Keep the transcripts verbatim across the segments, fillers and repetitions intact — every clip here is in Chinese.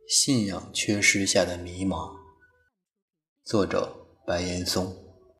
信仰缺失下的迷茫。作者白岩松。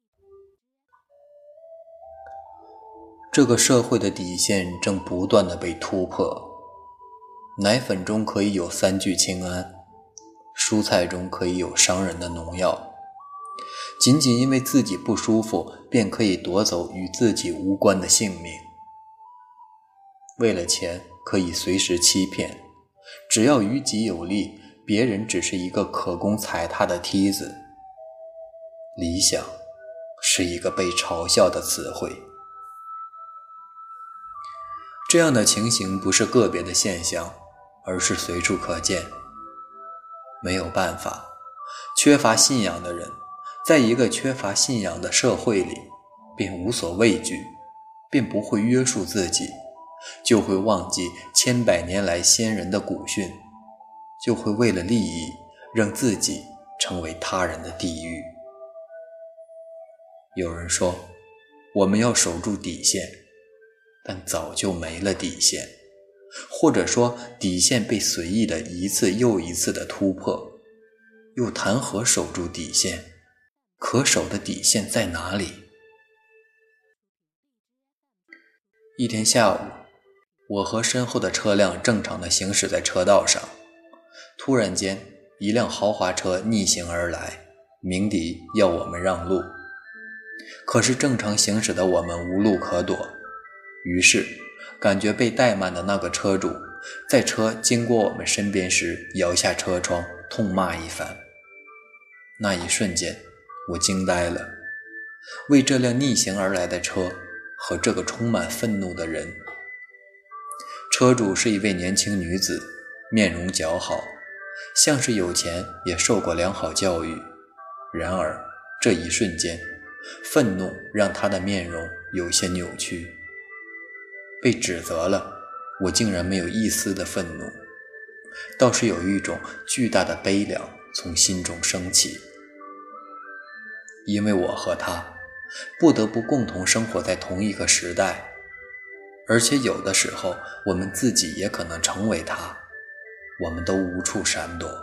这个社会的底线正不断地被突破，奶粉中可以有三聚氰胺，蔬菜中可以有伤人的农药，仅仅因为自己不舒服，便可以夺走与自己无关的性命。为了钱，可以随时欺骗，只要于己有利，别人只是一个可供踩踏的梯子。理想是一个被嘲笑的词汇。这样的情形不是个别的现象，而是随处可见。没有办法，缺乏信仰的人，在一个缺乏信仰的社会里，便无所畏惧，便不会约束自己，就会忘记千百年来先人的古训，就会为了利益让自己成为他人的地狱。有人说，我们要守住底线，但早就没了底线，或者说底线被随意的一次又一次的突破，又谈何守住底线？可守的底线在哪里？一天下午，我和身后的车辆正常地行驶在车道上，突然间一辆豪华车逆行而来，鸣笛要我们让路。可是正常行驶的我们无路可躲，于是感觉被怠慢的那个车主在车经过我们身边时摇下车窗，痛骂一番。那一瞬间我惊呆了，为这辆逆行而来的车和这个充满愤怒的人。车主是一位年轻女子，面容姣好，像是有钱也受过良好教育。然而这一瞬间，愤怒让她的面容有些扭曲。被指责了，我竟然没有一丝的愤怒，倒是有一种巨大的悲凉从心中升起。因为我和她不得不共同生活在同一个时代，而且有的时候我们自己也可能成为她，我们都无处闪躲。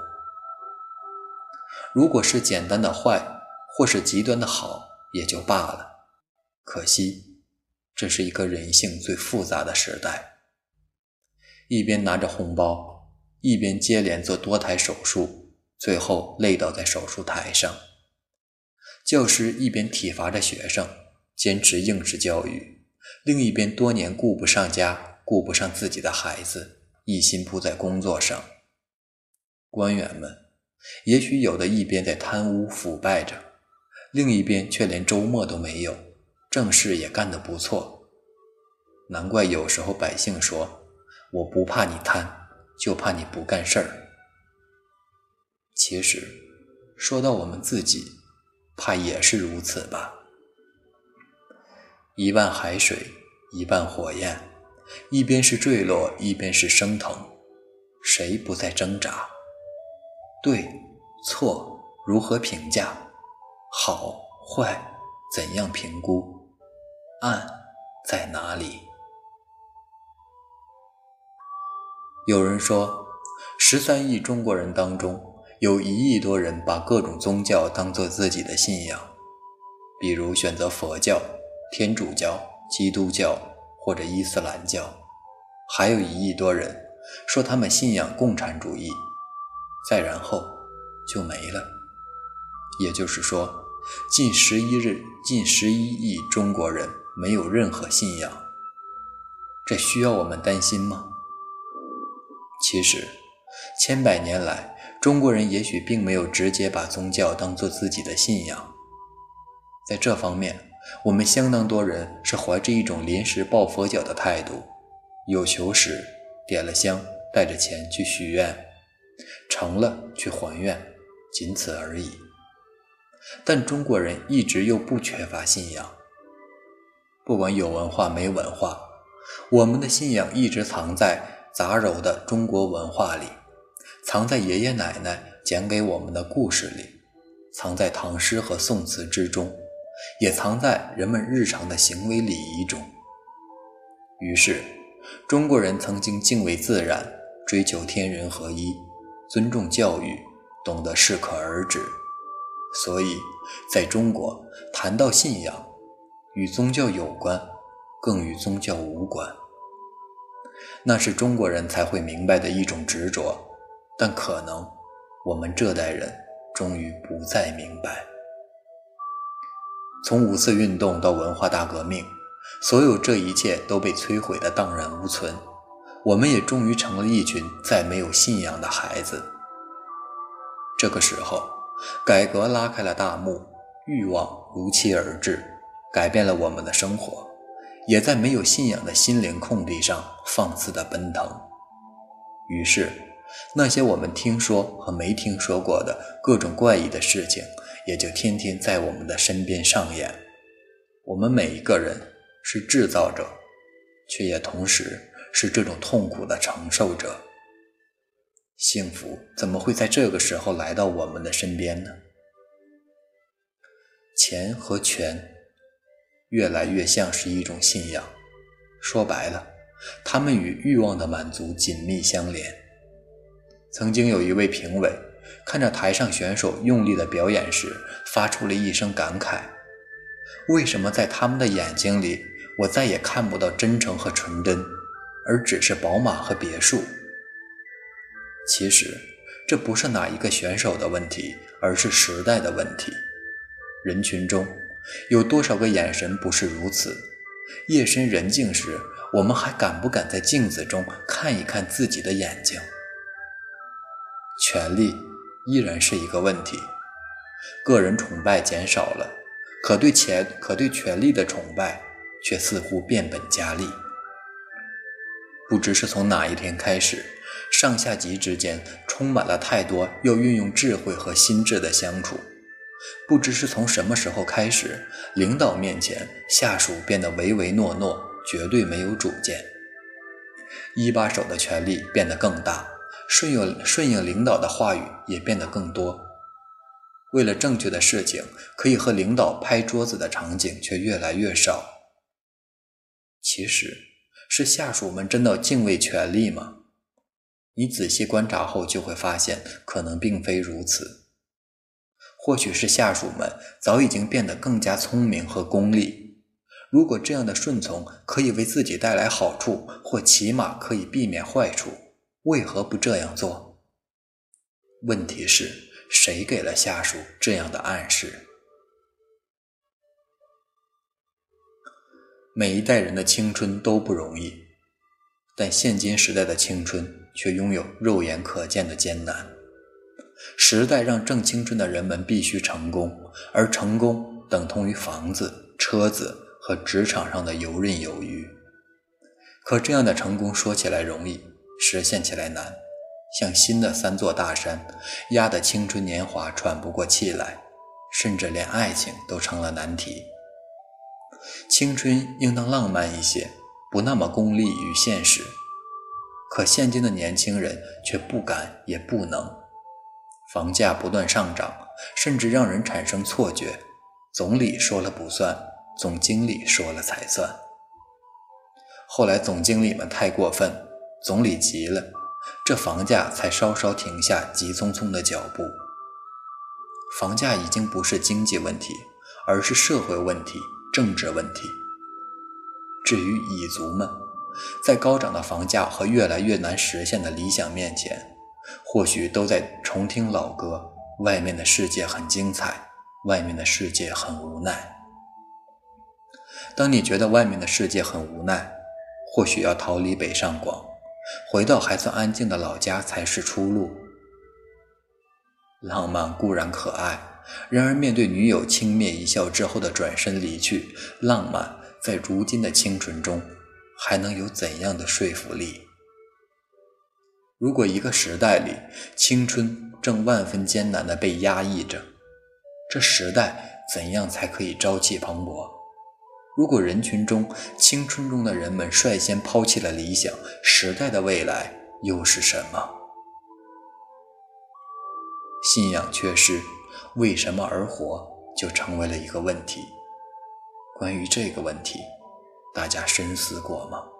如果是简单的坏，或是极端的好也就罢了，可惜这是一个人性最复杂的时代。一边拿着红包，一边接连做多台手术，最后累倒在手术台上。教师一边体罚着学生，坚持应试教育，另一边多年顾不上家，顾不上自己的孩子，一心扑在工作上。官员们也许有的一边在贪污腐败着，另一边却连周末都没有，正事也干得不错。难怪有时候百姓说，我不怕你贪，就怕你不干事儿。其实说到我们自己，怕也是如此吧。一半海水，一半火焰，一边是坠落，一边是升腾，谁不在挣扎？对错如何评价？好坏怎样评估？暗在哪里？有人说，十三亿中国人当中，有一亿多人把各种宗教当作自己的信仰，比如选择佛教、天主教、基督教或者伊斯兰教。还有一亿多人说他们信仰共产主义，再然后就没了。也就是说，近十一日近十一亿中国人没有任何信仰，这需要我们担心吗？其实千百年来，中国人也许并没有直接把宗教当作自己的信仰。在这方面，我们相当多人是怀着一种临时抱佛脚的态度，有求时点了香，带着钱去许愿，成了去还愿，仅此而已。但中国人一直又不缺乏信仰，不管有文化没文化，我们的信仰一直藏在杂糅的中国文化里，藏在爷爷奶奶讲给我们的故事里，藏在唐诗和宋词之中，也藏在人们日常的行为礼仪中。于是中国人曾经敬畏自然，追求天人合一， 尊重教育，懂得适可而止。所以在中国，谈到信仰，与宗教有关，更与宗教无关。那是中国人才会明白的一种执着，但可能我们这代人终于不再明白。从五四运动到文化大革命，所有这一切都被摧毁得荡然无存，我们也终于成了一群再没有信仰的孩子。这个时候，改革拉开了大幕，欲望如期而至，改变了我们的生活，也在没有信仰的心灵空地上放肆地奔腾。于是那些我们听说和没听说过的各种怪异的事情，也就天天在我们的身边上演。我们每一个人是制造者，却也同时是这种痛苦的承受者。幸福怎么会在这个时候来到我们的身边呢？钱和权越来越像是一种信仰，说白了，它们与欲望的满足紧密相连。曾经有一位评委看着台上选手用力的表演时，发出了一声感慨：为什么在他们的眼睛里，我再也看不到真诚和纯真，而只是宝马和别墅？其实这不是哪一个选手的问题，而是时代的问题。人群中有多少个眼神不是如此？夜深人静时，我们还敢不敢在镜子中看一看自己的眼睛？权力依然是一个问题，个人崇拜减少了，可对钱可对权力的崇拜却似乎变本加厉。不知是从哪一天开始，上下级之间充满了太多要运用智慧和心智的相处。不知是从什么时候开始，领导面前下属变得唯唯诺诺，绝对没有主见。一把手的权力变得更大，顺应顺应领导的话语也变得更多。为了正确的事情，可以和领导拍桌子的场景却越来越少。其实是下属们真的敬畏权力吗？你仔细观察后就会发现，可能并非如此。或许是下属们早已经变得更加聪明和功利，如果这样的顺从可以为自己带来好处，或起码可以避免坏处，为何不这样做？问题是，谁给了下属这样的暗示？每一代人的青春都不容易，但现今时代的青春却拥有肉眼可见的艰难。时代让正青春的人们必须成功，而成功等同于房子、车子和职场上的游刃有余。可这样的成功说起来容易，实现起来难，像新的三座大山，压得青春年华喘不过气来，甚至连爱情都成了难题。青春应当浪漫一些，不那么功利与现实。可现今的年轻人却不敢也不能。房价不断上涨，甚至让人产生错觉，总理说了不算，总经理说了才算。后来总经理们太过分，总理急了，这房价才稍稍停下急匆匆的脚步。房价已经不是经济问题，而是社会问题、政治问题。至于蚁族们，在高涨的房价和越来越难实现的理想面前，或许都在重听老歌，外面的世界很精彩，外面的世界很无奈。当你觉得外面的世界很无奈，或许要逃离北上广，回到还算安静的老家才是出路。浪漫固然可爱，然而面对女友轻蔑一笑之后的转身离去，浪漫在如今的清纯中还能有怎样的说服力？如果一个时代里，青春正万分艰难地被压抑着，这时代怎样才可以朝气蓬勃？如果人群中，青春中的人们率先抛弃了理想，时代的未来又是什么？信仰缺失，为什么而活，就成为了一个问题。关于这个问题，大家深思过吗？